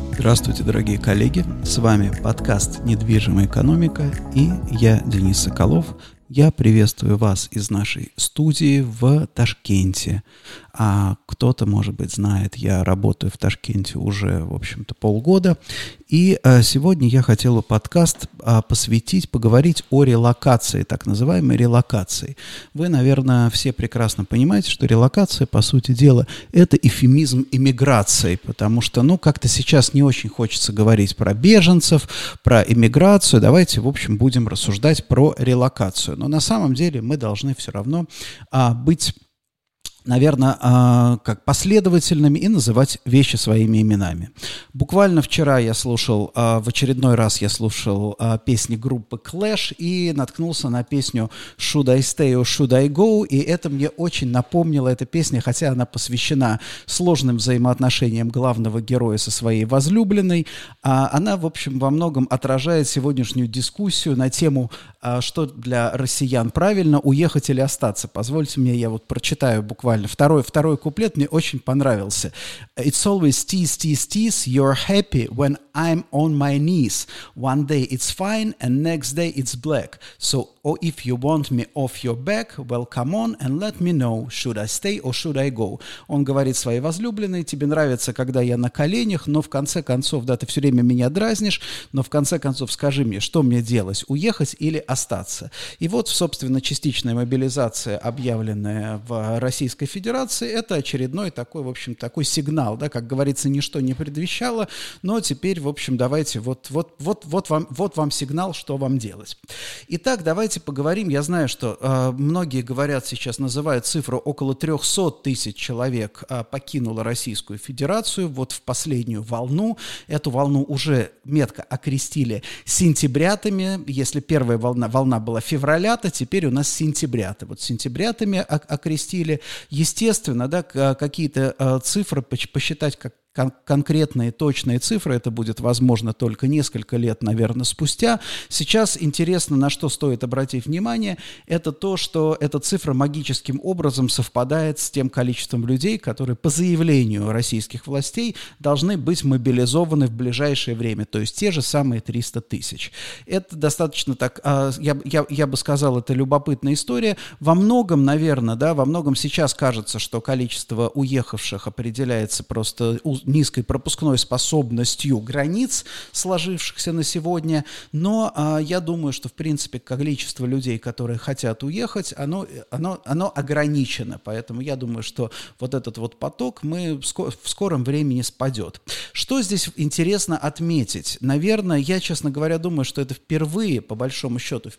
Здравствуйте, дорогие коллеги! С вами подкаст «Недвижимая экономика» и я, Денис Соколов. Я приветствую вас из нашей студии в Ташкенте. А кто-то, может быть, знает, я работаю в Ташкенте уже, в общем-то, полгода. И сегодня я хотел бы подкаст поговорить о релокации, так называемой релокации. Вы, наверное, все прекрасно понимаете, что релокация, по сути дела, это эвфемизм иммиграции, потому что, как-то сейчас не очень хочется говорить про беженцев, про иммиграцию. Давайте, в общем, будем рассуждать про релокацию. Но на самом деле мы должны все равно быть, наверное, как последовательными и называть вещи своими именами. Буквально вчера я слушал, в очередной раз я слушал песни группы Clash и наткнулся на песню «Should I Stay or Should I Go?», и это мне очень напомнило, эта песня, хотя она посвящена сложным взаимоотношениям главного героя со своей возлюбленной, она, в общем, во многом отражает сегодняшнюю дискуссию на тему, что для россиян правильно, уехать или остаться. Позвольте мне, я вот прочитаю буквально второй куплет, мне очень понравился. It's always tease, tease, tease, you're happy when I'm on my knees. One day it's fine and next day it's black. So, if you want me off your back, well, come on and let me know, should I stay or should I go? Он говорит своей возлюбленной: тебе нравится, когда я на коленях, но в конце концов, да, ты все время меня дразнишь, но в конце концов скажи мне, что мне делать, уехать или остаться? И вот, собственно, частичная мобилизация, объявленная в Российской Федерации, это очередной такой, в общем, такой сигнал, да, как говорится, ничто не предвещало, но теперь, в общем, давайте, вот вам сигнал, что вам делать. Итак, давайте поговорим. Я знаю, что многие говорят сейчас, называют цифру, около 300 тысяч человек покинуло Российскую Федерацию вот в последнюю волну. Эту волну уже метко окрестили сентябрятами. Если первая волна была февраля-то, теперь у нас сентябрята. Вот сентябрятами окрестили. Естественно, да, какие-то цифры посчитать как конкретные, точные цифры, это будет возможно только несколько лет, наверное, спустя. Сейчас интересно, на что стоит обратить внимание, это то, что эта цифра магическим образом совпадает с тем количеством людей, которые по заявлению российских властей должны быть мобилизованы в ближайшее время, то есть те же самые 300 тысяч. Это достаточно так, я бы сказал, это любопытная история. Во многом, наверное, да, во многом сейчас кажется, что количество уехавших определяется просто низкой пропускной способностью границ, сложившихся на сегодня, но я думаю, что, в принципе, количество людей, которые хотят уехать, оно ограничено, поэтому я думаю, что вот этот вот поток в скором времени спадет. Что здесь интересно отметить? Наверное, я, честно говоря, думаю, что это впервые, по большому счету,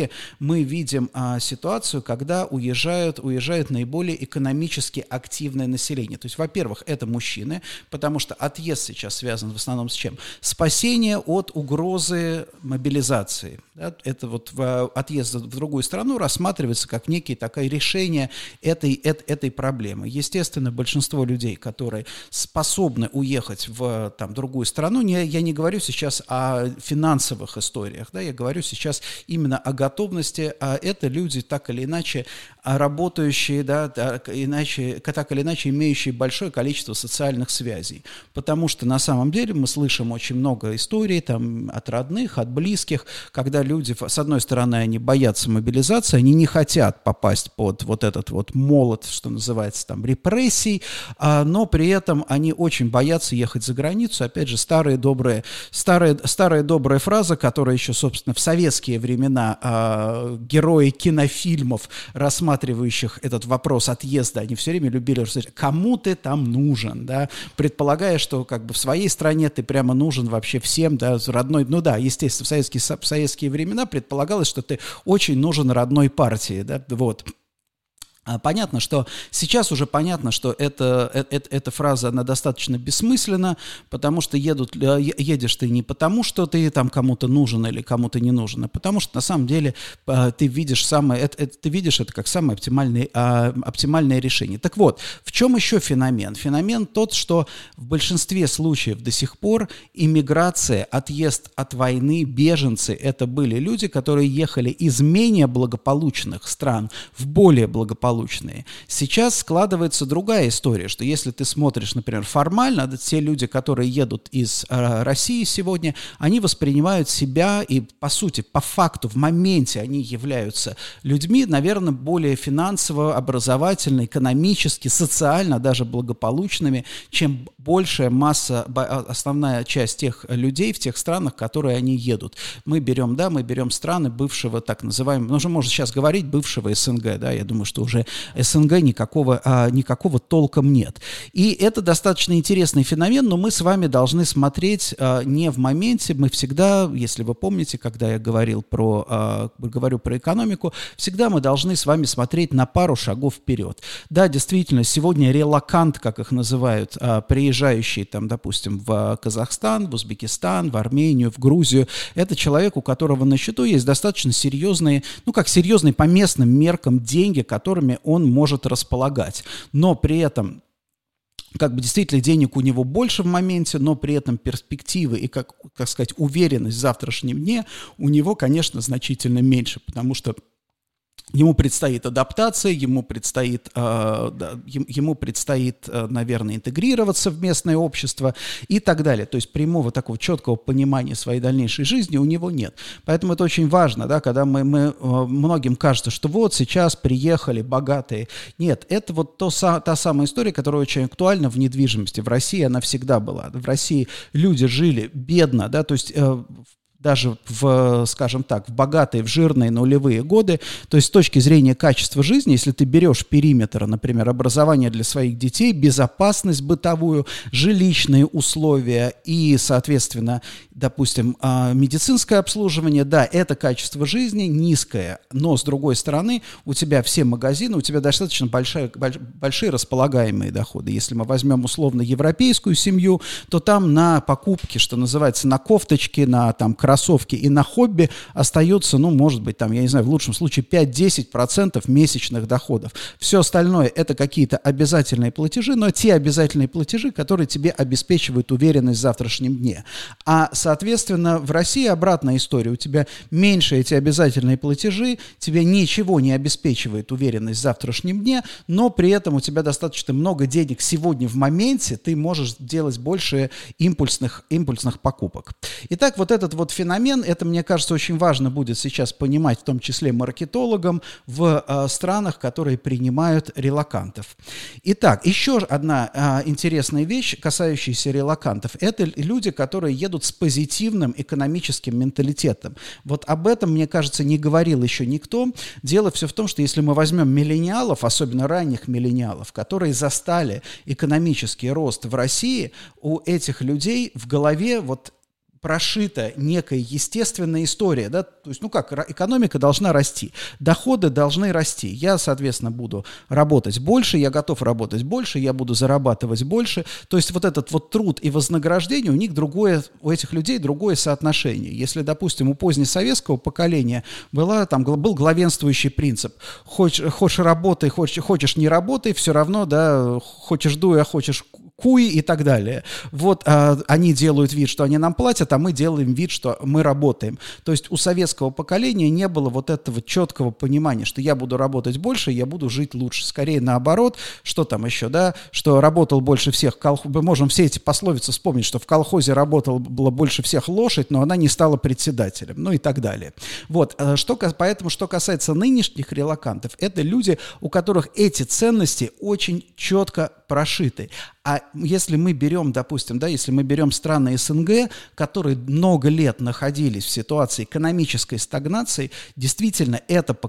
мы видим ситуацию, когда уезжает наиболее экономически активное население. То есть, во-первых, это мужчины, потому что отъезд сейчас связан в основном с чем? Спасение от угрозы мобилизации. Да? Это вот отъезд в другую страну рассматривается как некое такое решение этой проблемы. Естественно, большинство людей, которые способны уехать в другую страну, я не говорю сейчас о финансовых историях, да, я говорю сейчас именно о готовности, это люди так или иначе работающие, да, так или иначе имеющие большое количество социальных связей. Потому что на самом деле мы слышим очень много историй от родных, от близких, когда люди, с одной стороны, они боятся мобилизации, они не хотят попасть под вот этот вот молот, что называется, репрессий, но при этом они очень боятся ехать за границу. Опять же, старая добрая фраза, которая еще, собственно, в советские времена герои кинофильмов, рассматривающих этот вопрос отъезда, они все время любили говорить: кому ты там нужен, да, предполагая, что в своей стране ты прямо нужен вообще всем, да, родной, естественно, в советские времена предполагалось, что ты очень нужен родной партии, да, вот. Понятно, что сейчас уже понятно, что эта фраза, она достаточно бессмысленна, потому что едешь ты не потому, что ты кому-то нужен или кому-то не нужен, а потому что на самом деле ты видишь это как самое оптимальное решение. Так вот, в чем еще феномен? Феномен тот, что в большинстве случаев до сих пор иммиграция, отъезд от войны, беженцы, это были люди, которые ехали из менее благополучных стран в более благополучные благополучные. Сейчас складывается другая история, что если ты смотришь, например, формально, те люди, которые едут из России сегодня, они воспринимают себя и, по сути, по факту, в моменте они являются людьми, наверное, более финансово, образовательно, экономически, социально даже благополучными, чем большая масса, основная часть тех людей в тех странах, в которые они едут. Мы берем страны бывшего, так называемого, уже можно сейчас говорить, бывшего СНГ, да, я думаю, что уже СНГ никакого толком нет. И это достаточно интересный феномен, но мы с вами должны смотреть не в моменте, мы всегда, если вы помните, когда я говорю про экономику, всегда мы должны с вами смотреть на пару шагов вперед. Да, действительно, сегодня релокант, как их называют, приезжающий, там, допустим, в Казахстан, в Узбекистан, в Армению, в Грузию, это человек, у которого на счету есть достаточно серьезные, серьезные по местным меркам деньги, которыми он может располагать. Но при этом действительно денег у него больше в моменте, но при этом перспективы и, как сказать, уверенность в завтрашнем дне у него, конечно, значительно меньше, потому что ему предстоит адаптация, ему предстоит, наверное, интегрироваться в местное общество и так далее. То есть прямого такого четкого понимания своей дальнейшей жизни у него нет. Поэтому это очень важно, да, когда многим кажется, что вот сейчас приехали богатые. Нет, это вот та самая история, которая очень актуальна в недвижимости. В России она всегда была. В России люди жили бедно, да, то есть даже скажем так, в богатые, в жирные нулевые годы, то есть с точки зрения качества жизни, если ты берешь периметр, например, образование для своих детей, безопасность бытовую, жилищные условия и, соответственно, допустим, медицинское обслуживание, да, это качество жизни низкое, но, с другой стороны, у тебя все магазины, у тебя достаточно большие располагаемые доходы. Если мы возьмем условно европейскую семью, то там на покупки, что называется, на кофточки, на там кроссовки и на хобби остается, может быть, там, я не знаю, в лучшем случае 5-10% месячных доходов. Все остальное это какие-то обязательные платежи, но те обязательные платежи, которые тебе обеспечивают уверенность в завтрашнем дне. А, соответственно, в России обратная история. У тебя меньше эти обязательные платежи, тебе ничего не обеспечивает уверенность в завтрашнем дне, но при этом у тебя достаточно много денег сегодня в моменте, ты можешь делать больше импульсных покупок. Итак, вот этот вот феномен, это, мне кажется, очень важно будет сейчас понимать, в том числе маркетологам, в странах, которые принимают релокантов. Итак, еще одна интересная вещь, касающаяся релокантов, это люди, которые едут с позитивным экономическим менталитетом. Вот об этом, мне кажется, не говорил еще никто. Дело все в том, что если мы возьмем миллениалов, особенно ранних миллениалов, которые застали экономический рост в России, у этих людей в голове вот прошита некая естественная история, да, то есть, экономика должна расти, доходы должны расти, я, соответственно, буду работать больше, я готов работать больше, я буду зарабатывать больше, то есть вот этот вот труд и вознаграждение, у этих людей другое соотношение. Если, допустим, у позднесоветского поколения был главенствующий принцип, хочешь работай, хочешь не работай, все равно, да, хочешь дуй, а хочешь куй и так далее. Вот они делают вид, что они нам платят, а мы делаем вид, что мы работаем. То есть у советского поколения не было вот этого четкого понимания, что я буду работать больше, я буду жить лучше. Скорее наоборот, что там еще, да, что работал больше всех, мы можем все эти пословицы вспомнить, что в колхозе работала больше всех лошадь, но она не стала председателем, ну и так далее. Вот, поэтому, что касается нынешних релокантов, это люди, у которых эти ценности очень четко прошиты. А если мы берем, допустим, да, если мы берем страны СНГ, которые много лет находились в ситуации экономической стагнации, действительно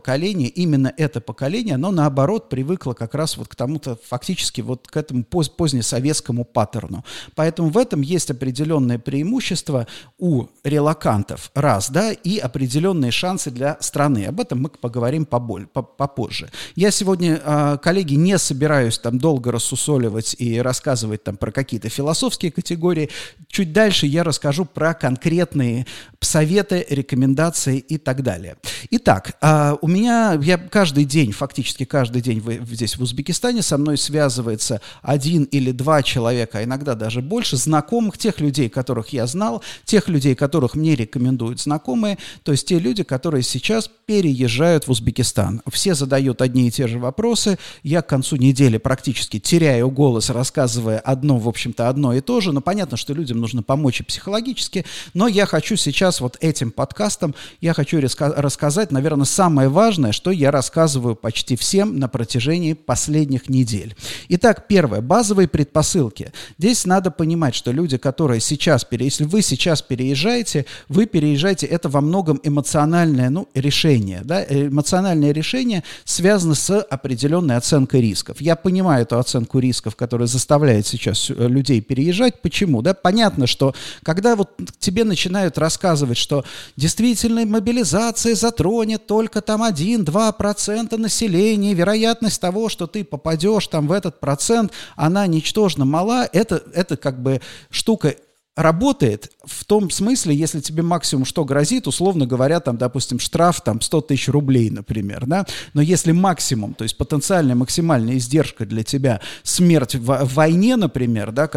именно это поколение, оно наоборот привыкло как раз вот к тому-то, фактически вот к этому позднесоветскому паттерну. Поэтому в этом есть определенное преимущество у релокантов, да, и определенные шансы для страны. Об этом мы поговорим попозже. Я сегодня, коллеги, не собираюсь там долго рассусоливать и рассказывать рассказывать там про какие-то философские категории. Чуть дальше я расскажу про конкретные советы, рекомендации и так далее. Итак, я каждый день, фактически каждый день здесь в Узбекистане со мной связывается 1 или 2 человека, а иногда даже больше, знакомых, тех людей, которых я знал, тех людей, которых мне рекомендуют знакомые, то есть те люди, которые сейчас переезжают в Узбекистан. Все задают одни и те же вопросы, я к концу недели практически теряю голос, рассказывая в общем-то, одно и то же, но понятно, что людям нужно помочь и психологически, но я хочу сейчас вот этим подкастом, я хочу рассказать, наверное, самое важное, что я рассказываю почти всем на протяжении последних недель. Итак, первое, базовые предпосылки. Здесь надо понимать, что люди, которые сейчас, если вы сейчас переезжаете, это во многом эмоциональное решение. Да? Эмоциональное решение связано с определенной оценкой рисков. Я понимаю эту оценку рисков, которая заставляет сейчас людей переезжать. Почему? Да? Понятно, что когда вот тебе начинают рассказывать, что действительно мобилизация затронет только там 1-2% населения, вероятность того, что ты попадешь там в этот процент, она ничтожно мала, это как бы штука работает в том смысле, если тебе максимум что грозит, условно говоря, там, допустим, штраф там 100 тысяч рублей, например, да, но если максимум, то есть потенциальная максимальная издержка для тебя смерть в войне, например, да,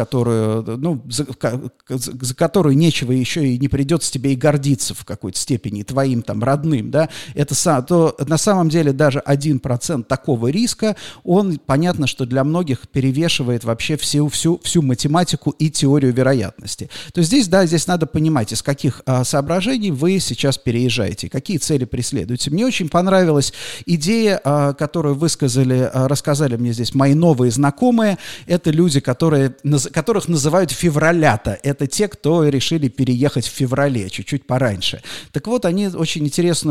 за которую нечего еще и не придется тебе и гордиться в какой-то степени твоим там родным, да, то на самом деле даже 1% такого риска, он, понятно, что для многих перевешивает вообще всю математику и теорию вероятности. То есть здесь надо понимать, из каких соображений вы сейчас переезжаете, какие цели преследуете. Мне очень понравилась идея, которую рассказали мне здесь мои новые знакомые. Это люди, которых называют февралята. Это те, кто решили переехать в феврале, чуть-чуть пораньше. Так вот, они очень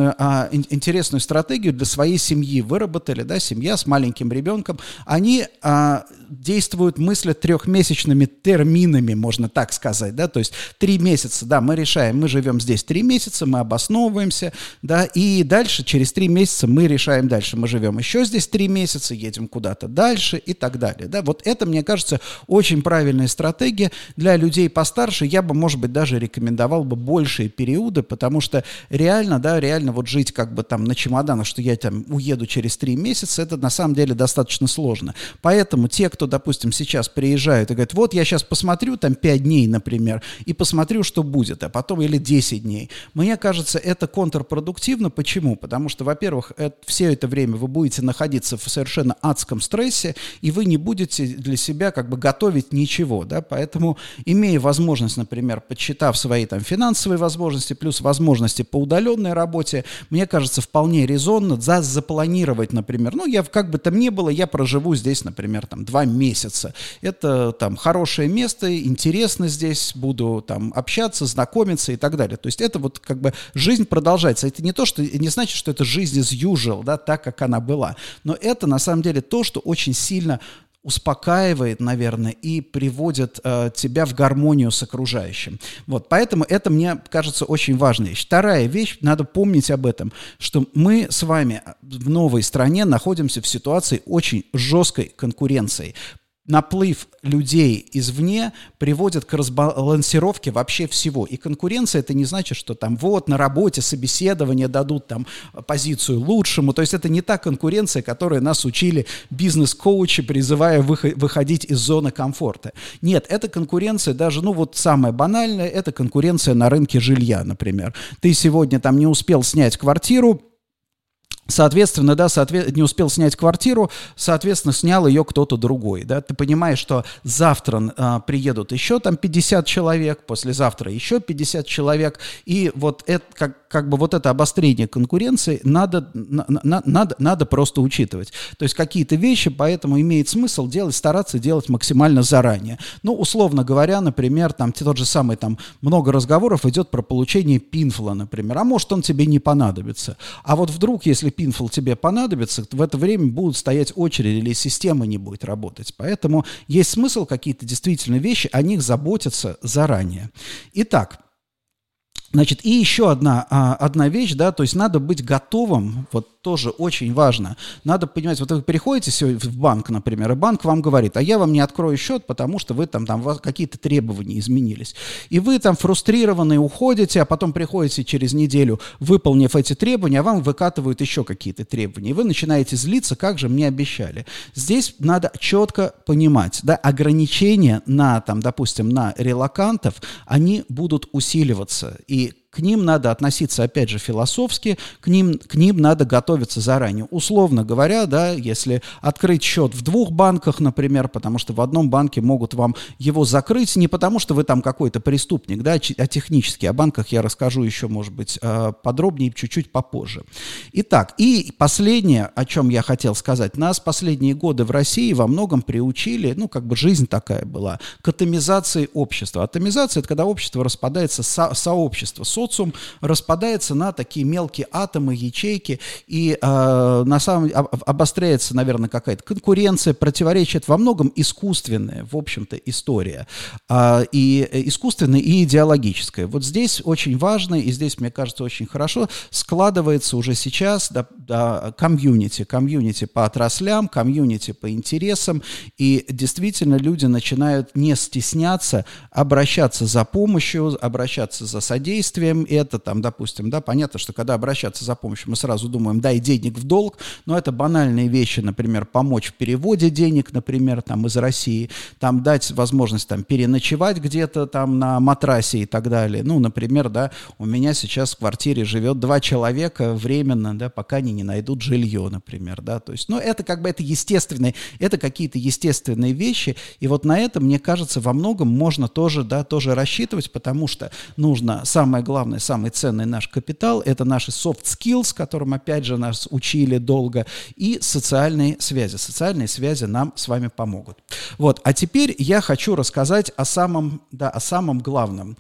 интересную стратегию для своей семьи выработали. Да, семья с маленьким ребенком. Они действуют, мыслят 3-месячными терминами, можно так сказать. Да? То есть 3 месяца, да, мы решаем, мы живем здесь 3 месяца, мы обосновываемся, да, и дальше через 3 месяца мы решаем дальше, мы живем еще здесь 3 месяца, едем куда-то дальше и так далее, да. Вот это, мне кажется, очень правильная стратегия для людей постарше. Я бы, может быть, даже рекомендовал бы большие периоды, потому что реально вот жить как бы там на чемоданах, что я там уеду через 3 месяца, это на самом деле достаточно сложно. Поэтому те, кто, допустим, сейчас приезжают и говорят, вот я сейчас посмотрю там 5 дней, например, и посмотрю, что будет, а потом или 10 дней. Мне кажется, это контрпродуктивно. Почему? Потому что, во-первых, все это время вы будете находиться в совершенно адском стрессе, и вы не будете для себя как бы готовить ничего, да, поэтому, имея возможность, например, подсчитав свои там финансовые возможности, плюс возможности по удаленной работе, мне кажется, вполне резонно запланировать, например, я как бы там ни было, я проживу здесь, например, там 2 месяца. Это там хорошее место, интересно здесь, буду там общаться, знакомиться и так далее. То есть это вот как бы жизнь продолжается. Это не значит, что это жизнь as usual, да, так, как она была. Но это на самом деле то, что очень сильно успокаивает, наверное, и приводит тебя в гармонию с окружающим. Вот, поэтому это, мне кажется, очень важная вещь. Вторая вещь, надо помнить об этом, что мы с вами в новой стране находимся в ситуации очень жесткой конкуренции. Наплыв людей извне приводит к разбалансировке вообще всего. И конкуренция — это не значит, что там вот на работе собеседование дадут там позицию лучшему. То есть это не та конкуренция, которой нас учили бизнес-коучи, призывая выходить из зоны комфорта. Нет, это конкуренция даже, самое банальное, это конкуренция на рынке жилья, например. Ты сегодня там не успел снять квартиру, соответственно, не успел снять квартиру, соответственно, снял ее кто-то другой, да, ты понимаешь, что завтра приедут еще там 50 человек, послезавтра еще 50 человек, и вот это, как бы вот это обострение конкуренции надо просто учитывать. То есть какие-то вещи, поэтому имеет смысл стараться делать максимально заранее. Условно говоря, например, там тот же самый, там много разговоров идет про получение пинфола, например, а может он тебе не понадобится. А вот вдруг, если пинфол тебе понадобится, в это время будут стоять очереди или система не будет работать. Поэтому есть смысл какие-то действительно вещи, о них заботиться заранее. Итак, Значит, и еще одна вещь, да, то есть надо быть готовым, вот тоже очень важно. Надо понимать, вот вы приходите сегодня в банк, например, и банк вам говорит, а я вам не открою счет, потому что вы там у вас какие-то требования изменились. И вы там фрустрированные уходите, а потом приходите через неделю, выполнив эти требования, а вам выкатывают еще какие-то требования. И вы начинаете злиться, как же мне обещали. Здесь надо четко понимать, да, ограничения на, там, допустим, на релокантов, они будут усиливаться. И к ним надо относиться, опять же, философски, к ним надо готовиться заранее. Условно говоря, да, если открыть счет в 2 банках, например, потому что в одном банке могут вам его закрыть, не потому что вы там какой-то преступник, да, а технически. О банках я расскажу еще, может быть, подробнее, чуть-чуть попозже. Итак, и последнее, о чем я хотел сказать. Нас последние годы в России во многом приучили, ну, как бы жизнь такая была, к атомизации общества. Атомизация – это когда общество распадается, сообщество, социум распадается на такие мелкие атомы, ячейки, и на самом деле обостряется, наверное, какая-то конкуренция, противоречие. Это во многом искусственная, в общем-то, история. И искусственная, и идеологическая. Вот здесь очень важно, и здесь, мне кажется, очень хорошо складывается уже сейчас комьюнити по отраслям, комьюнити по интересам, и действительно люди начинают не стесняться обращаться за помощью, обращаться за содействием. Это там, допустим, да, понятно, что когда обращаться за помощью, мы сразу думаем, дай денег в долг, но это банальные вещи, например, помочь в переводе денег, например, там из России, там дать возможность там переночевать где-то там на матрасе и так далее. Ну, например, да, у меня сейчас в квартире живет 2 человека временно, да, пока они не найдут жилье, например, да, то есть, ну, это как бы это естественные, это какие-то естественные вещи, и вот на это, мне кажется, во многом можно тоже, да, тоже рассчитывать, потому что нужно, самое главное, самый ценный наш капитал, это наши soft skills, которым, опять же, нас учили долго, и социальные связи. Социальные связи нам с вами помогут. Вот, а теперь я хочу рассказать о самом главном,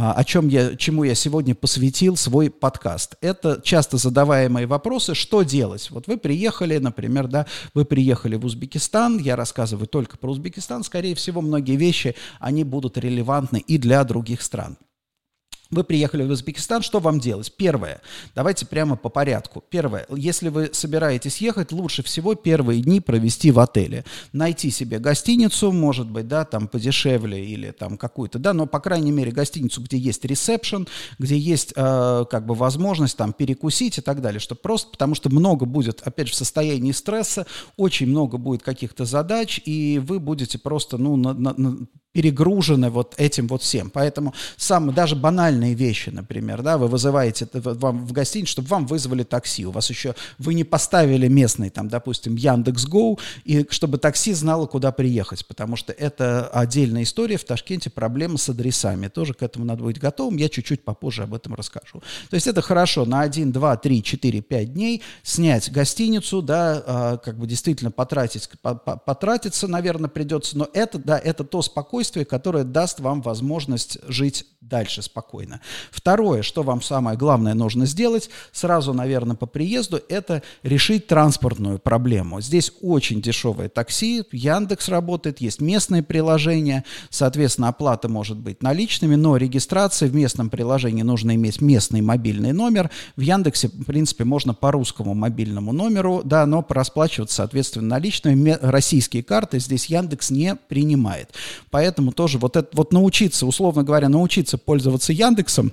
чему я сегодня посвятил свой подкаст. Это часто задаваемые вопросы, что делать. Вот вы приехали, например, да, вы приехали в Узбекистан, я рассказываю только про Узбекистан, скорее всего, многие вещи, они будут релевантны и для других стран. Вы приехали в Узбекистан, что вам делать? Первое, давайте прямо по порядку. Первое, если вы собираетесь ехать, лучше всего первые дни провести в отеле. Найти себе гостиницу, может быть, да, там подешевле или там какую-то, да, но, по крайней мере, гостиницу, где есть ресепшн, где есть как бы возможность там перекусить и так далее, что просто, потому что много будет, опять же, в состоянии стресса, очень много будет каких-то задач, и вы будете просто, ну, перегружены вот этим вот всем. Поэтому даже банальные вещи, например, да, вы вызываете вам в гостиницу, чтобы вам вызвали такси. У вас еще, вы не поставили местный, там, допустим, Яндекс.Гоу, и чтобы такси знало, куда приехать, потому что это отдельная история. В Ташкенте проблема с адресами. Тоже к этому надо быть готовым. Я чуть-чуть попозже об этом расскажу. То есть это хорошо на 1, 2, 3, 4, 5 дней снять гостиницу, да, как бы действительно потратиться, наверное, придется, но это, да, это то спокойствие, которое даст вам возможность жить дальше спокойно. Второе, что вам самое главное нужно сделать, сразу, наверное, по приезду, это решить транспортную проблему. Здесь очень дешевое такси, Яндекс работает, есть местные приложения, соответственно, оплата может быть наличными, но регистрация в местном приложении нужно иметь местный мобильный номер. В Яндексе, в принципе, можно по русскому мобильному номеру, да, но расплачиваться, соответственно, наличными. Российские карты здесь Яндекс не принимает. Поэтому тоже вот научиться, условно говоря, научиться пользоваться Яндексом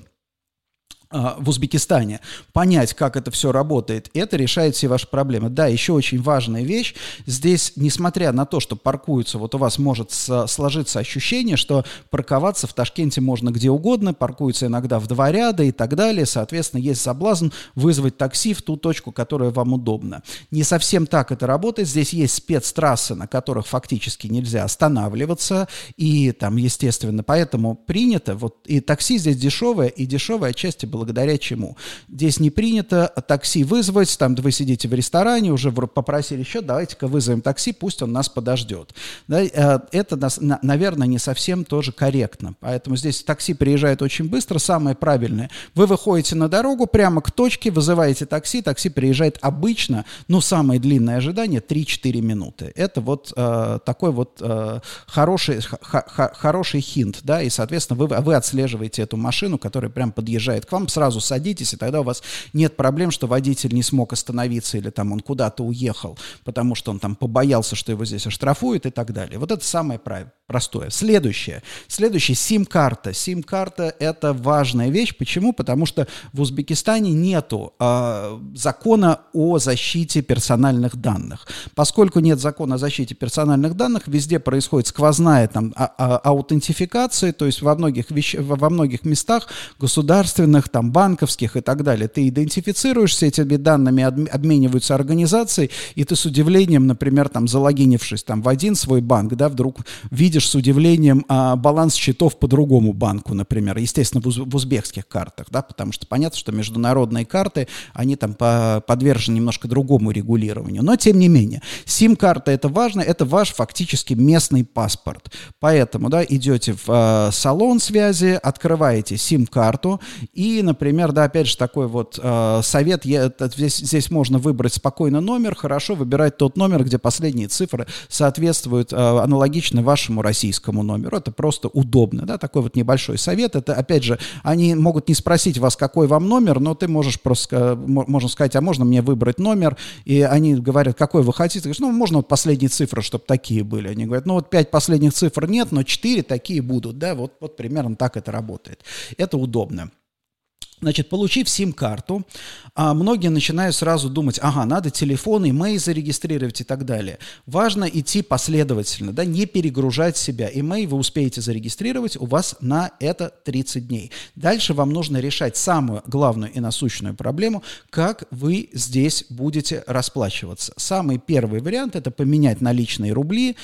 в Узбекистане, понять, как это все работает, это решает все ваши проблемы. Да, еще очень важная вещь, здесь, несмотря на то, что паркуются, вот у вас может сложиться ощущение, что парковаться в Ташкенте можно где угодно, паркуются иногда в 2 ряда и так далее, соответственно, есть соблазн вызвать такси в ту точку, которая вам удобна. Не совсем так это работает, здесь есть спецтрассы, на которых фактически нельзя останавливаться, и там, естественно, поэтому принято, вот, и такси здесь дешевое, и дешевое отчасти было благодаря чему? Здесь не принято такси вызвать, там вы сидите в ресторане, уже попросили счет, давайте-ка вызовем такси, пусть он нас подождет. Да, это, наверное, не совсем тоже корректно. Поэтому здесь такси приезжает очень быстро, самое правильное. Вы выходите на дорогу прямо к точке, вызываете такси, такси приезжает обычно, ну, самое длинное ожидание 3-4 минуты. Это вот такой вот хороший хинт, да, и, соответственно, вы отслеживаете эту машину, которая прям подъезжает к вам, сразу садитесь, и тогда у вас нет проблем, что водитель не смог остановиться или там он куда-то уехал, потому что он там побоялся, что его здесь оштрафуют и так далее. Вот это самое простое. Следующее, сим-карта. Сим-карта — это важная вещь. Почему? Потому что в Узбекистане нету закона о защите персональных данных. Поскольку нет закона о защите персональных данных, везде происходит сквозная там аутентификация, то есть во многих местах государственных, там, банковских и так далее, ты идентифицируешься, этими данными обмениваются организации, и ты с удивлением, например, там, залогинившись там в один свой банк, да, вдруг видишь с удивлением баланс счетов по другому банку, например, естественно, в узбекских картах, да, потому что понятно, что международные карты, они там подвержены немножко другому регулированию, но тем не менее, сим-карта — это важно, это ваш фактически местный паспорт, поэтому, да, идете в салон связи, открываете сим-карту и, например, да, опять же, такой вот совет, здесь можно выбрать спокойно номер, хорошо выбирать тот номер, где последние цифры соответствуют аналогично вашему российскому номеру. Это просто удобно, да, такой вот небольшой совет. Это, опять же, они могут не спросить вас, какой вам номер, но ты можешь просто, можно сказать, а можно мне выбрать номер, и они говорят, какой вы хотите. Ты говоришь, ну, можно вот последние цифры, чтобы такие были. Они говорят, ну, вот 5 последних цифр нет, но 4 такие будут, да, вот примерно так это работает. Это удобно. Значит, получив сим-карту, многие начинают сразу думать, ага, надо телефон, имей зарегистрировать и так далее. Важно идти последовательно, да, не перегружать себя. Имей вы успеете зарегистрировать, у вас на это 30 дней. Дальше вам нужно решать самую главную и насущную проблему, как вы здесь будете расплачиваться. Самый первый вариант – это поменять наличные рубли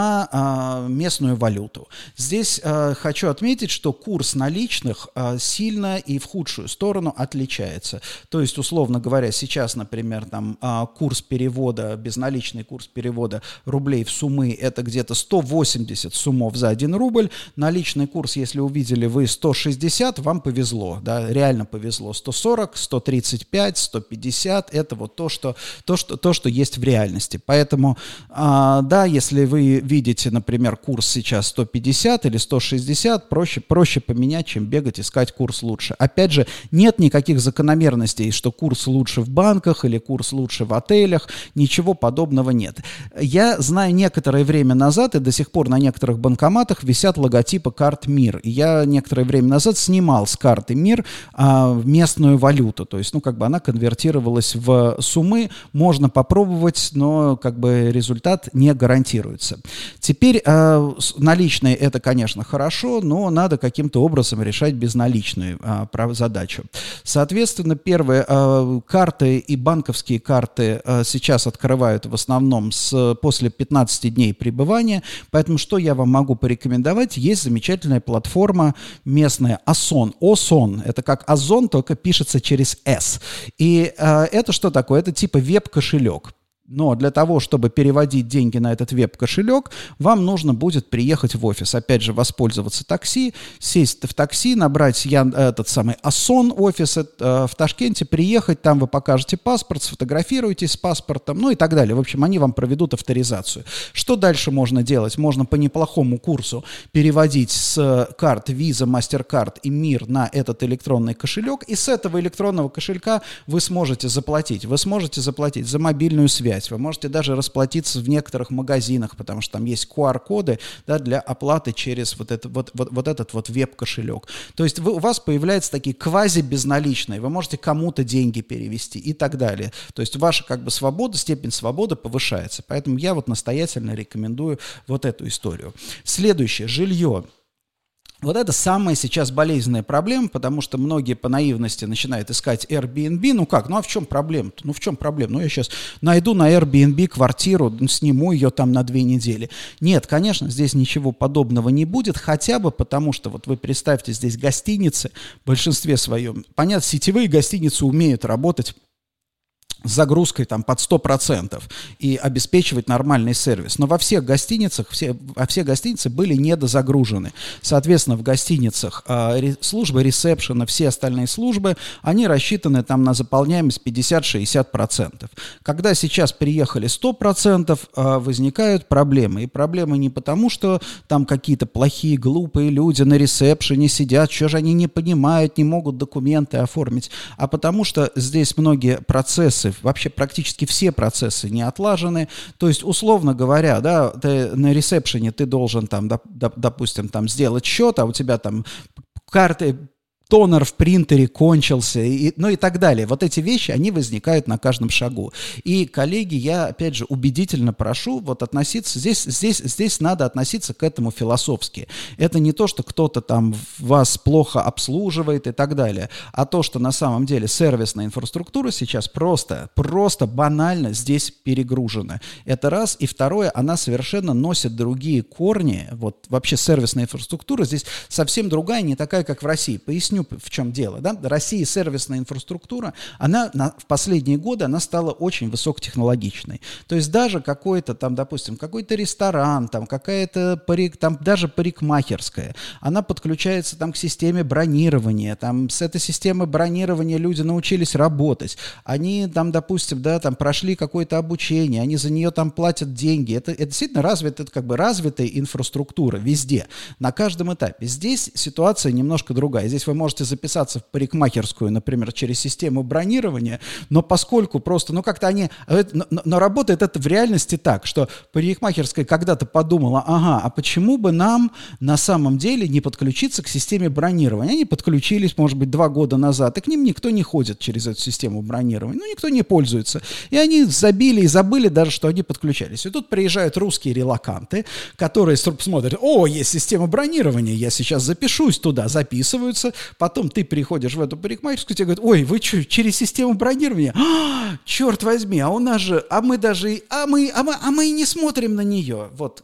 на местную валюту. Здесь хочу отметить, что курс наличных сильно и в худшую сторону отличается. То есть, условно говоря, сейчас, например, там курс перевода, безналичный курс перевода рублей в суммы — это где-то 180 суммов за 1 рубль. Наличный курс, если увидели вы 160, вам повезло, да, реально повезло. 140, 135, 150 — это вот то, что есть в реальности. Поэтому, да, если вы видите, например, курс сейчас 150 или 160, проще поменять, чем бегать, искать курс лучше. Опять же, нет никаких закономерностей, что курс лучше в банках или курс лучше в отелях, ничего подобного нет. Я знаю, некоторое время назад, и до сих пор на некоторых банкоматах висят логотипы карт МИР. Я некоторое время назад снимал с карты МИР местную валюту, то есть, ну, как бы она конвертировалась в суммы, можно попробовать, но как бы результат не гарантируется. Теперь наличные — это, конечно, хорошо, но надо каким-то образом решать безналичную задачу. Соответственно, первые карты и банковские карты сейчас открывают в основном после 15 дней пребывания, поэтому что я вам могу порекомендовать? Есть замечательная платформа местная Озон. Это как Озон, только пишется через «С». И это что такое? Это типа веб-кошелек. Но для того, чтобы переводить деньги на этот веб-кошелек, вам нужно будет приехать в офис. Опять же, воспользоваться такси, сесть в такси, набрать этот самый Озон офис в Ташкенте, приехать, там вы покажете паспорт, сфотографируетесь с паспортом, ну и так далее. В общем, они вам проведут авторизацию. Что дальше можно делать? Можно по неплохому курсу переводить с карт Visa, MasterCard и МИР на этот электронный кошелек, и с этого электронного кошелька вы сможете заплатить. Вы сможете заплатить за мобильную связь. Вы можете даже расплатиться в некоторых магазинах, потому что там есть QR-коды, да, для оплаты через вот этот веб-кошелек. То есть у вас появляются такие квази-безналичные, вы можете кому-то деньги перевести и так далее. То есть ваша как бы свобода, степень свободы повышается. Поэтому я вот настоятельно рекомендую вот эту историю. Следующее, жилье. Вот это самая сейчас болезненная проблема, потому что многие по наивности начинают искать Airbnb. Ну как? Ну а в чем проблема-то? Ну в чем проблема? Ну я сейчас найду на Airbnb квартиру, сниму ее там на 2 недели. Нет, конечно, здесь ничего подобного не будет, хотя бы потому что, вот вы представьте, здесь гостиницы в большинстве своем. Понятно, сетевые гостиницы умеют работать с загрузкой там под 100% и обеспечивать нормальный сервис. Но во всех гостиницах, все гостиницы были недозагружены. Соответственно, в гостиницах службы ресепшена, все остальные службы, они рассчитаны там на заполняемость 50-60%. Когда сейчас приехали 100%, возникают проблемы. И проблемы не потому, что там какие-то плохие, глупые люди на ресепшене сидят, что же они не понимают, не могут документы оформить, а потому что здесь многие процессы, вообще практически все процессы не отлажены. То есть, условно говоря, да, ты на ресепшене ты должен там, допустим, там сделать счет, а у тебя там карты, тонер в принтере кончился, ну и так далее. Вот эти вещи, они возникают на каждом шагу. И, коллеги, я, опять же, убедительно прошу вот относиться, здесь надо относиться к этому философски. Это не то, что кто-то там вас плохо обслуживает и так далее, а то, что на самом деле сервисная инфраструктура сейчас просто банально здесь перегружена. Это раз. И второе, она совершенно носит другие корни. Вот вообще сервисная инфраструктура здесь совсем другая, не такая, как в России. Поясню, в чем дело. Да? В России сервисная инфраструктура, она в последние годы она стала очень высокотехнологичной. То есть даже какой-то там, допустим, какой-то ресторан, там какая-то там даже парикмахерская, она подключается там к системе бронирования, там с этой системой бронирования люди научились работать, они там, допустим, да, там прошли какое-то обучение, они за нее там платят деньги. Это действительно это как бы развитая инфраструктура везде, на каждом этапе. Здесь ситуация немножко другая. Здесь вы можете записаться в парикмахерскую, например, через систему бронирования, но поскольку просто, ну как-то они, но работает это в реальности так, что парикмахерская когда-то подумала, ага, а почему бы нам на самом деле не подключиться к системе бронирования? Они подключились, может быть, 2 года назад, и к ним никто не ходит через эту систему бронирования, ну никто не пользуется. И они забили и забыли даже, что они подключались. И тут приезжают русские релоканты, которые смотрят, о, есть система бронирования, я сейчас запишусь туда, записываются. Потом ты приходишь в эту парикмахерскую, тебе говорят, ой, вы что, через систему бронирования? Черт возьми, а у нас же, мы и не смотрим на нее. Вот,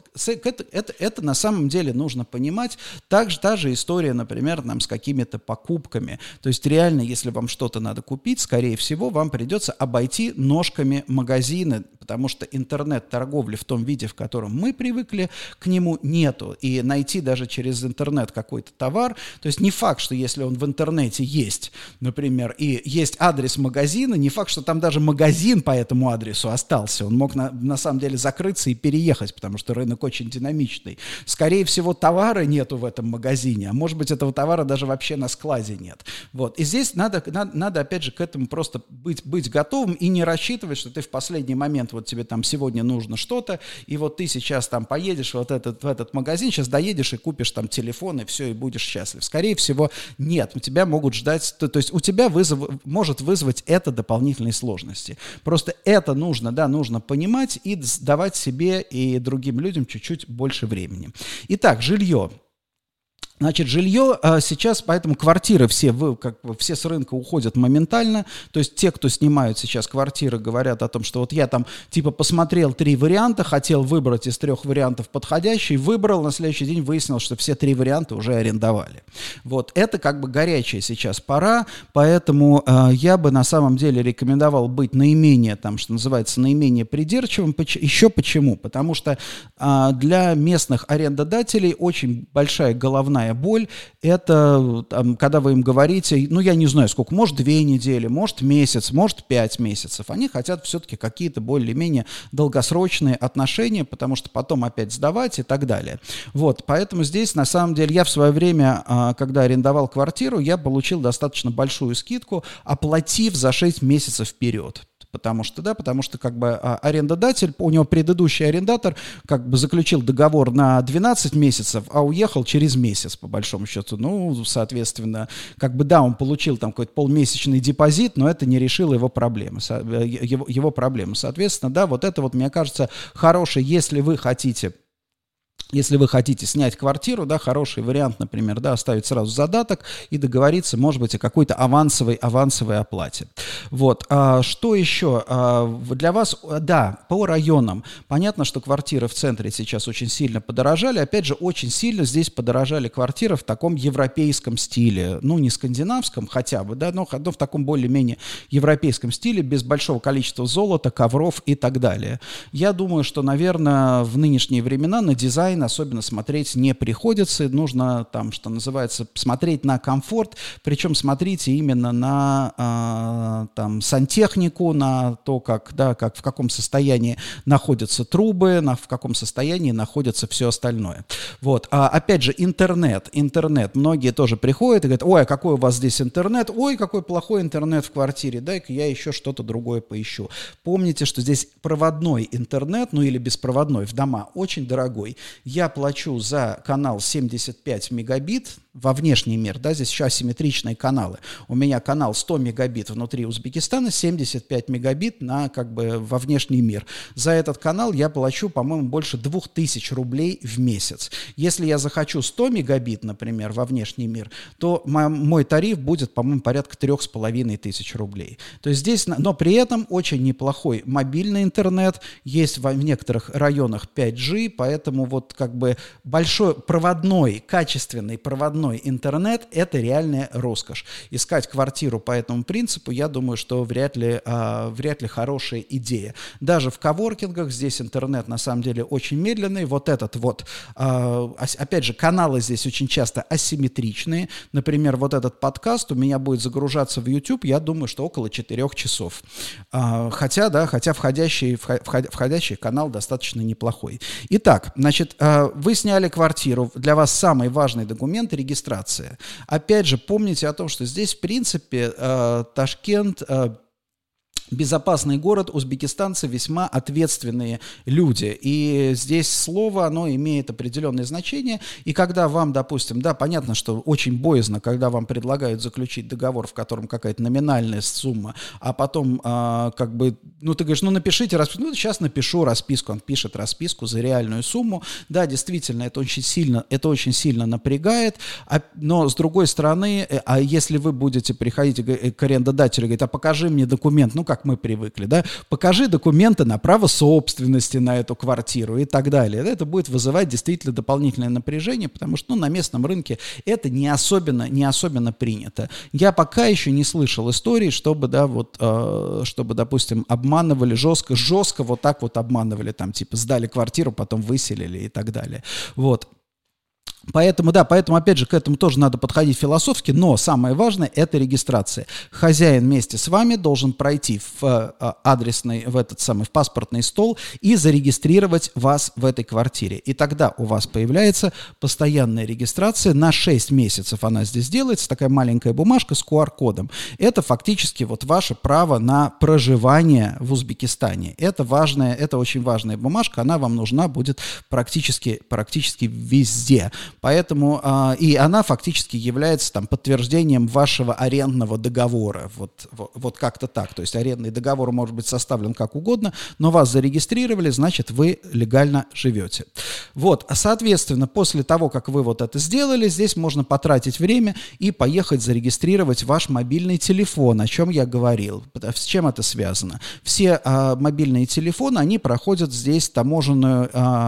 это на самом деле нужно понимать. Также та же история, например, там, с какими-то покупками. То есть реально, если вам что-то надо купить, скорее всего, вам придется обойти ножками магазины, потому что интернет-торговли в том виде, в котором мы привыкли, к нему нету. И найти даже через интернет какой-то товар, то есть не факт, что если он в интернете есть, например, и есть адрес магазина, не факт, что там даже магазин по этому адресу остался. Он мог на самом деле закрыться и переехать, потому что рынок очень динамичный. Скорее всего, товара нету в этом магазине, а может быть, этого товара даже вообще на складе нет. Вот. И здесь надо опять же, к этому просто быть готовым и не рассчитывать, что ты в последний момент, вот тебе там сегодня нужно что-то, и вот ты сейчас там поедешь в этот магазин, сейчас доедешь и купишь там телефон, и все, и будешь счастлив. Скорее всего, нет, у тебя могут ждать, то есть у тебя может вызвать это дополнительные сложности. Просто это нужно понимать и давать себе и другим людям чуть-чуть больше времени. Итак, жилье. Значит, жилье сейчас, поэтому квартиры все с рынка уходят моментально. То есть те, кто снимают сейчас квартиры, говорят о том, что вот я там типа посмотрел 3 варианта, хотел выбрать из 3 вариантов подходящий, выбрал, на следующий день выяснил, что все 3 варианта уже арендовали. Вот, это как бы горячая сейчас пора, поэтому я бы на самом деле рекомендовал быть наименее, там, что называется, наименее придирчивым. Еще почему? Потому что для местных арендодателей очень большая головная боль, это когда вы им говорите, ну, я не знаю сколько, может 2 недели, может месяц, может 5 месяцев. Они хотят все-таки какие-то более-менее долгосрочные отношения, потому что потом опять сдавать и так далее. Вот, поэтому здесь, на самом деле, я в свое время, когда арендовал квартиру, я получил достаточно большую скидку, оплатив за 6 месяцев вперед. Потому что как бы арендодатель, у него предыдущий арендатор как бы заключил договор на 12 месяцев, а уехал через месяц, по большому счету. Ну, соответственно, как бы да, он получил там какой-то полмесячный депозит, но это не решило его проблемы. Соответственно, да, вот это вот, мне кажется, хорошее, если вы хотите Если вы хотите снять квартиру, да, хороший вариант, например, да, оставить сразу задаток и договориться, может быть, о какой-то авансовой оплате. Вот. Что еще? Для вас, да, по районам. Понятно, что квартиры в центре сейчас очень сильно подорожали. Опять же, очень сильно здесь подорожали квартиры в таком европейском стиле. Ну, не скандинавском хотя бы, да, но в таком более-менее европейском стиле, без большого количества золота, ковров и так далее. Я думаю, что, наверное, в нынешние времена на дизайн особенно смотреть не приходится. Нужно, там, что называется, смотреть на комфорт, причем смотрите именно на там, сантехнику, на то, как, да, в каком состоянии находятся трубы, в каком состоянии находится все остальное. Вот. Опять же, интернет. Многие тоже приходят и говорят: ой, а какой у вас здесь интернет? Ой, какой плохой интернет в квартире. Дай-ка я еще что-то другое поищу. Помните, что здесь проводной интернет, ну или беспроводной в дома, очень дорогой. Я плачу за канал 75 мегабит во внешний мир, да, здесь еще асимметричные каналы. У меня канал 100 мегабит внутри Узбекистана, 75 мегабит во внешний мир. За этот канал я плачу, по-моему, больше 2000 рублей в месяц. Если я захочу 100 мегабит, например, во внешний мир, то мой тариф будет, по-моему, порядка 3500 рублей. То есть здесь, но при этом очень неплохой мобильный интернет, есть в некоторых районах 5G, поэтому вот большой качественный проводной интернет – это реальная роскошь. Искать квартиру по этому принципу, я думаю, что вряд ли хорошая идея. Даже в коворкингах здесь интернет на самом деле очень медленный. Вот этот вот, опять же, каналы здесь очень часто асимметричные. Например, вот этот подкаст у меня будет загружаться в YouTube, я думаю, что около 4 часов. Хотя входящий канал достаточно неплохой. Итак, значит, вы сняли квартиру. Для вас самый важный документ – регистрация. Опять же, помните о том, что здесь, в принципе, Ташкент безопасный город, узбекистанцы весьма ответственные люди. И здесь слово, оно имеет определенное значение. И когда вам, допустим, да, понятно, что очень боязно, когда вам предлагают заключить договор, в котором какая-то номинальная сумма, а потом ты говоришь, напишите расписку. Сейчас напишу расписку. Он пишет расписку за реальную сумму. Да, действительно, это очень сильно напрягает. Но, с другой стороны, если вы будете приходить к арендодателю и говорить: а покажи мне документ, как мы привыкли, да, покажи документы на право собственности на эту квартиру и так далее. Это будет вызывать действительно дополнительное напряжение, потому что, на местном рынке это не особенно принято. Я пока еще не слышал истории, чтобы, допустим, обманывали жестко вот так вот обманывали, там, типа, сдали квартиру, потом выселили и так далее. Вот. Поэтому, опять же, к этому тоже надо подходить философски, но самое важное – это регистрация. Хозяин вместе с вами должен пройти в паспортный стол и зарегистрировать вас в этой квартире. И тогда у вас появляется постоянная регистрация. На 6 месяцев она здесь делается, такая маленькая бумажка с QR-кодом. Это фактически вот ваше право на проживание в Узбекистане. Это очень важная бумажка, она вам нужна будет практически везде. Поэтому и она фактически является подтверждением вашего арендного договора. Вот как-то так. То есть арендный договор может быть составлен как угодно, но вас зарегистрировали, значит, вы легально живете. Вот, соответственно, после того, как вы вот это сделали, здесь можно потратить время и поехать зарегистрировать ваш мобильный телефон, о чем я говорил. С чем это связано? Все мобильные телефоны, они проходят здесь таможенную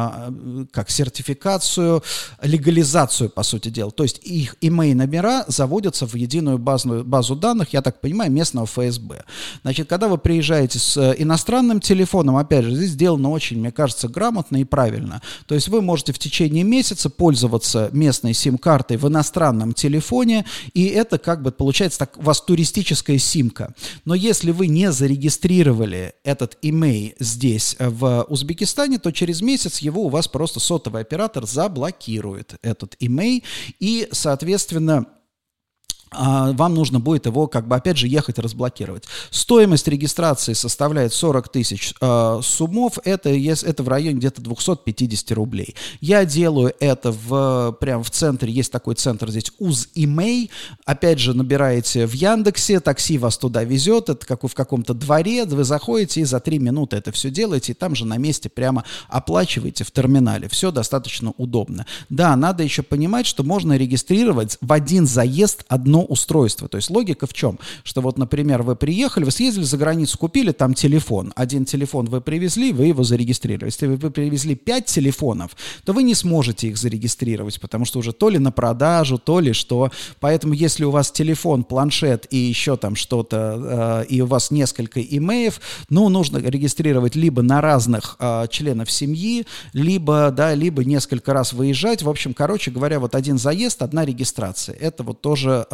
сертификацию, легализацию, по сути дела. То есть их имей-номера заводятся в единую базу данных, я так понимаю, местного ФСБ. Значит, когда вы приезжаете с иностранным телефоном, опять же, здесь сделано очень, мне кажется, грамотно и правильно. То есть вы можете в течение месяца пользоваться местной сим-картой в иностранном телефоне, и это получается у вас туристическая симка. Но если вы не зарегистрировали этот имей здесь, в Узбекистане, то через месяц его у вас просто сотовый оператор заблокирует, этот имей, и, соответственно, вам нужно будет его, как бы, опять же, ехать разблокировать. Стоимость регистрации составляет 40 тысяч сумов, это в районе где-то 250 рублей. Я делаю это прямо в центре, есть такой центр здесь, УЗ-ИМЭЙ, опять же, набираете в Яндексе, такси вас туда везет, это как в каком-то дворе, вы заходите и за 3 минуты это все делаете, и там же на месте прямо оплачиваете в терминале. Все достаточно удобно. Да, надо еще понимать, что можно регистрировать в один заезд одно устройство. То есть логика в чем? Что вот, например, вы приехали, вы съездили за границу, купили там телефон. Один телефон вы привезли, вы его зарегистрировали. Если вы привезли 5 телефонов, то вы не сможете их зарегистрировать, потому что уже то ли на продажу, то ли что. Поэтому если у вас телефон, планшет и еще там что-то, и у вас несколько имеев, нужно регистрировать либо на разных членов семьи, либо несколько раз выезжать. В общем, короче говоря, вот один заезд, одна регистрация. Это вот тоже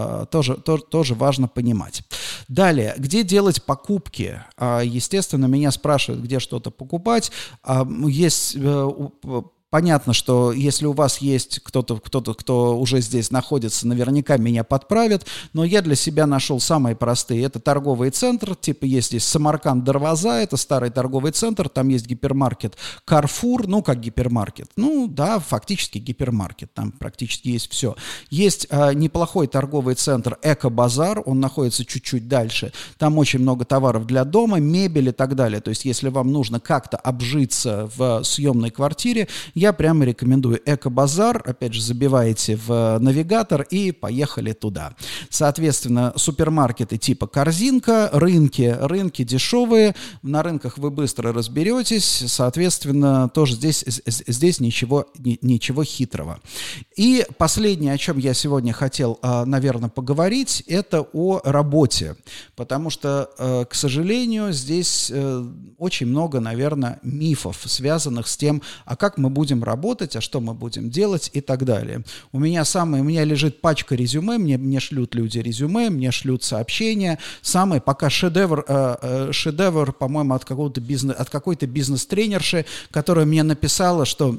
важно понимать. Далее, где делать покупки? Естественно, меня спрашивают, где что-то покупать. Есть... Понятно, что если у вас есть кто-то, кто уже здесь находится, наверняка меня подправит, но я для себя нашел самые простые. Это торговый центр, типа есть здесь Самарканд Дарваза, это старый торговый центр, там есть гипермаркет Carrefour, как гипермаркет. Да, фактически гипермаркет, там практически есть все. Есть неплохой торговый центр Эко-базар, он находится чуть-чуть дальше, там очень много товаров для дома, мебель и так далее. То есть если вам нужно как-то обжиться в съемной квартире, я прямо рекомендую Эко-базар, опять же, забиваете в навигатор и поехали туда. Соответственно, супермаркеты типа корзинка, рынки дешевые, на рынках вы быстро разберетесь, соответственно, тоже здесь ничего хитрого. И последнее, о чем я сегодня хотел, наверное, поговорить, это о работе, потому что, к сожалению, здесь очень много, наверное, мифов, связанных с тем, как мы будем работать, что мы будем делать и так далее. У меня лежит пачка резюме, мне шлют люди резюме, мне шлют сообщения. Самый пока шедевр, по-моему, от какой-то бизнес-тренерши, которая мне написала, что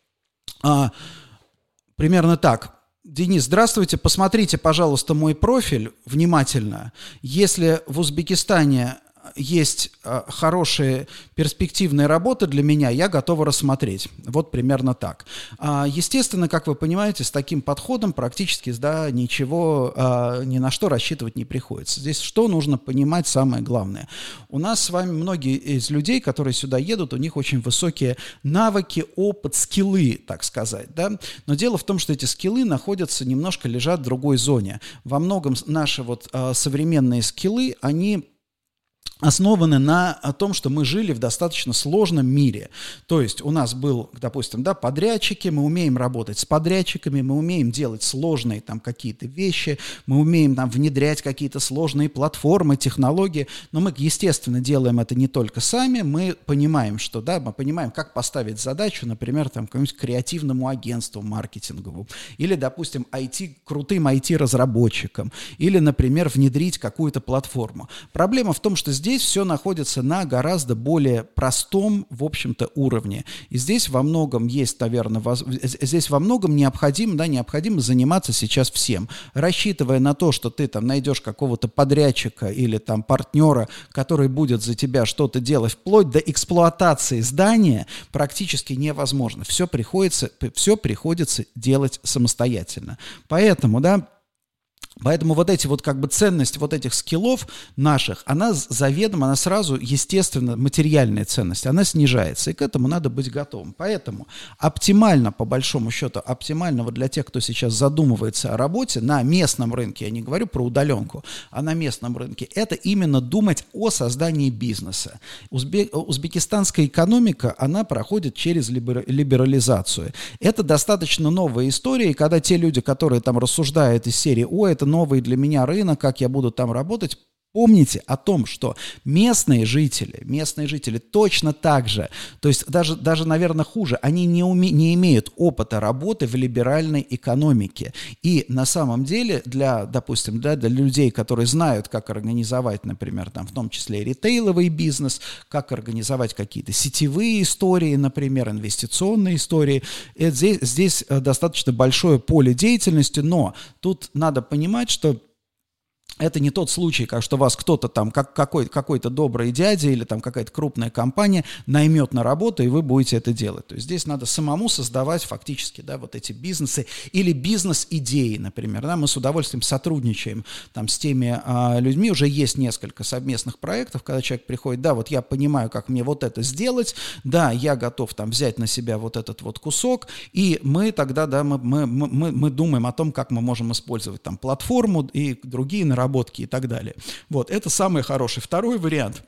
примерно так: Денис, здравствуйте, посмотрите, пожалуйста, мой профиль внимательно. Если в Узбекистане есть хорошие перспективные работы для меня, я готова рассмотреть. Вот примерно так. Естественно, как вы понимаете, с таким подходом практически ничего, ни на что рассчитывать не приходится. Здесь что нужно понимать самое главное? У нас с вами многие из людей, которые сюда едут, у них очень высокие навыки, опыт, скиллы, так сказать. Да? Но дело в том, что эти скиллы немножко лежат в другой зоне. Во многом наши современные скиллы, они основаны на том, что мы жили в достаточно сложном мире. То есть у нас был, допустим, подрядчики, мы умеем работать с подрядчиками, мы умеем делать сложные какие-то вещи, мы умеем внедрять какие-то сложные платформы, технологии, но мы, естественно, делаем это не только сами, мы понимаем, мы понимаем, как поставить задачу, например, какому-нибудь креативному агентству маркетинговому, или, допустим, крутым IT-разработчикам, или, например, внедрить какую-то платформу. Проблема в том, что здесь все находится на гораздо более простом, в общем-то, уровне. И здесь во многом есть, наверное, необходимо заниматься сейчас всем. Рассчитывая на то, что ты найдешь какого-то подрядчика или партнера, который будет за тебя что-то делать, вплоть до эксплуатации здания, практически невозможно. Все приходится делать самостоятельно. Поэтому, ценность этих скиллов наших, она сразу, естественно, материальная ценность, она снижается, и к этому надо быть готовым. Поэтому по большому счету, для тех, кто сейчас задумывается о работе на местном рынке, я не говорю про удаленку, а на местном рынке, это именно думать о создании бизнеса. Узбекистанская экономика, она проходит через либерализацию. Это достаточно новая история, и когда те люди, которые рассуждают из серии: это новый для меня рынок, как я буду там работать, помните о том, что местные жители точно так же, то есть даже наверное, хуже, они не имеют опыта работы в либеральной экономике. И на самом деле допустим, для людей, которые знают, как организовать, например, там, в том числе ритейловый бизнес, как организовать какие-то сетевые истории, например, инвестиционные истории, здесь достаточно большое поле деятельности, но тут надо понимать, что это не тот случай, как что вас кто-то там, какой-то добрый дядя или там какая-то крупная компания наймет на работу, и вы будете это делать. То есть здесь надо самому создавать фактически, да, вот эти бизнесы или бизнес-идеи, например. Да, мы с удовольствием сотрудничаем там с теми людьми, уже есть несколько совместных проектов, когда человек приходит, да, вот я понимаю, как мне вот это сделать, да, я готов там взять на себя вот этот вот кусок, и мы тогда, да, мы думаем о том, как мы можем использовать там платформу и другие наработки и так далее. Вот, это самый хороший. Второй вариант.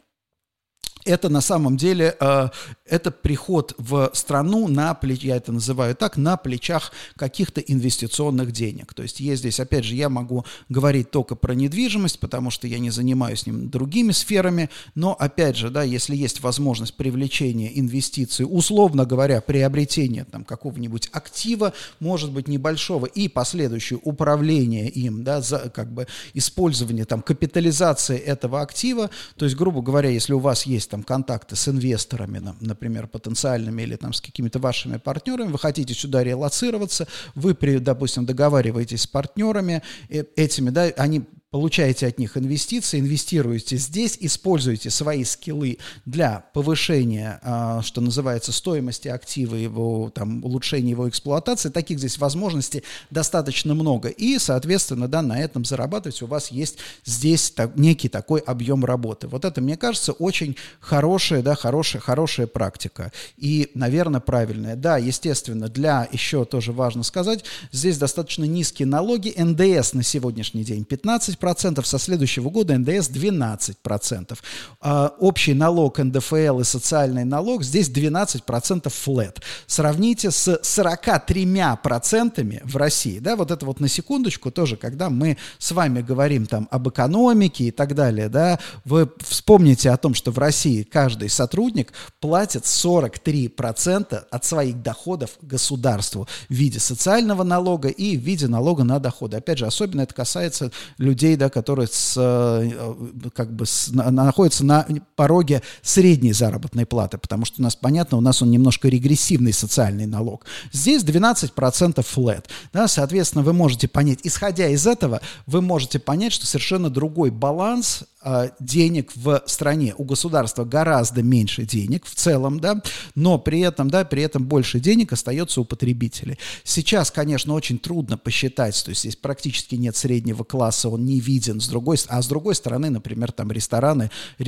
Это на самом деле, это приход в страну я это называю так, на плечах каких-то инвестиционных денег. То есть здесь, опять же, я могу говорить только про недвижимость, потому что я не занимаюсь другими сферами, но, опять же, да, если есть возможность привлечения инвестиций, условно говоря, приобретения там какого-нибудь актива, может быть, небольшого, и последующее управление им, да, как бы использование, там, капитализации этого актива, то есть, грубо говоря, если у вас есть там контакты с инвесторами, например, потенциальными или там с какими-то вашими партнерами, вы хотите сюда релоцироваться, вы, допустим, договариваетесь с партнерами этими, да, они получаете от них инвестиции, инвестируете здесь, используете свои скиллы для повышения, что называется, стоимости актива, его, там, улучшения его эксплуатации. Таких здесь возможностей достаточно много. И, соответственно, да, на этом зарабатывать у вас есть здесь некий такой объем работы. Вот это, мне кажется, очень хорошая, да, хорошая практика. И, наверное, правильная. Да, естественно, еще тоже важно сказать, здесь достаточно низкие налоги. НДС на сегодняшний день 15%, со следующего года ндс 12%. Общий налог НДФЛ и социальный налог здесь 12% флэт. Сравните с 43% в России. Да, вот это вот на секундочку тоже, когда мы с вами говорим там об экономике и так далее, да, вы вспомните о том, что в России каждый сотрудник платит 43% от своих доходов государству в виде социального налога и в виде налога на доходы. Опять же, особенно это касается людей, да, которые находятся на пороге средней заработной платы, потому что у нас, понятно, у нас он немножко регрессивный социальный налог. Здесь 12% флэт. Да, соответственно, вы можете понять, исходя из этого, вы можете понять, что совершенно другой баланс денег в стране. У государства гораздо меньше денег в целом, да, но при этом больше денег остается у потребителей. Сейчас, конечно, очень трудно посчитать, то есть здесь практически нет среднего класса, он не виден, с другой стороны, например, там рестораны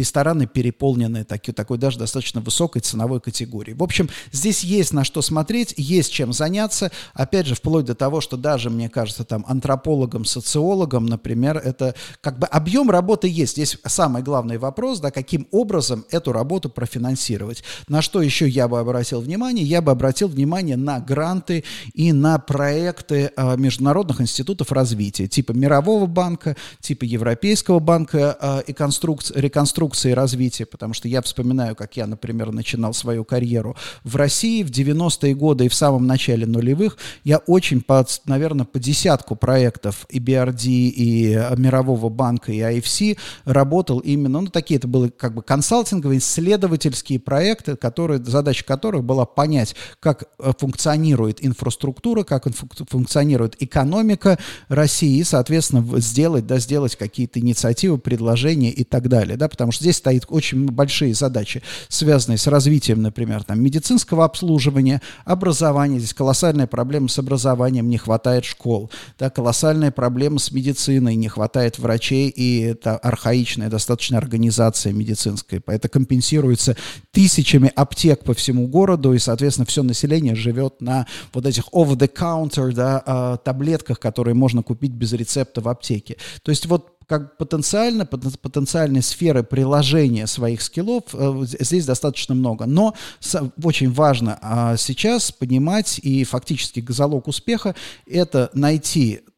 переполнены такой даже достаточно высокой ценовой категории. В общем, здесь есть на что смотреть, есть чем заняться, опять же, вплоть до того, что даже, мне кажется, там антропологам, социологам, например, это как бы объем работы есть. Здесь самый главный вопрос, да, каким образом эту работу профинансировать. На что еще я бы обратил внимание? Я бы обратил внимание на гранты и на проекты международных институтов развития, типа Мирового банка, типа Европейского банка реконструкции и развития, потому что я вспоминаю, как я, например, начинал свою карьеру в России в 90-е годы и в самом начале нулевых. Я очень, наверное, по десятку проектов и BRD, и Мирового банка, и IFC работал именно, такие это были как бы консалтинговые, исследовательские проекты, задача которых была понять, как функционирует инфраструктура, как функционирует экономика России и, соответственно, сделать какие-то инициативы, предложения и так далее, да, потому что здесь стоят очень большие задачи, связанные с развитием, например, там, медицинского обслуживания, образования. Здесь колоссальная проблема с образованием, не хватает школ, да, колоссальная проблема с медициной, не хватает врачей, и это архаичная достаточно организация медицинская, это компенсируется тысячами аптек по всему городу, и, соответственно, все население живет на вот этих over-the-counter, да, таблетках, которые можно купить без рецепта в аптеке. То есть вот как потенциальной сферы приложения своих скиллов здесь достаточно много. Но очень важно сейчас понимать, и фактически залог успеха — это найти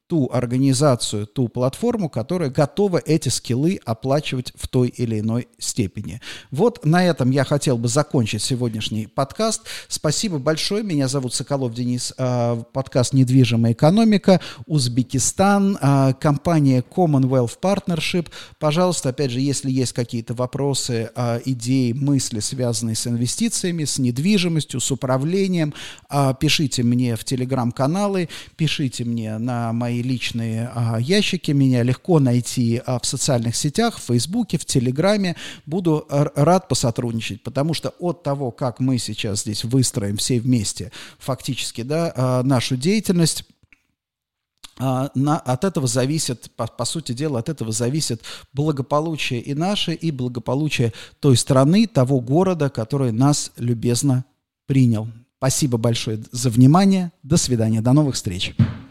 ту организацию, ту платформу, которая готова эти скиллы оплачивать в той или иной степени. Вот на этом я хотел бы закончить сегодняшний подкаст. Спасибо большое. Меня зовут Соколов Денис. Подкаст «Недвижимая экономика», Узбекистан, компания Commonwealth Partnership. Пожалуйста, опять же, если есть какие-то вопросы, идеи, мысли, связанные с инвестициями, с недвижимостью, с управлением, пишите мне в телеграм-каналы, пишите мне на мои личные ящики. Меня легко найти в социальных сетях, в Фейсбуке, в Телеграме. Буду рад посотрудничать, потому что от того, как мы сейчас здесь выстроим все вместе фактически, да, нашу деятельность, от этого зависит, по сути дела, от этого зависит благополучие и наше, и благополучие той страны, того города, который нас любезно принял. Спасибо большое за внимание. До свидания. До новых встреч.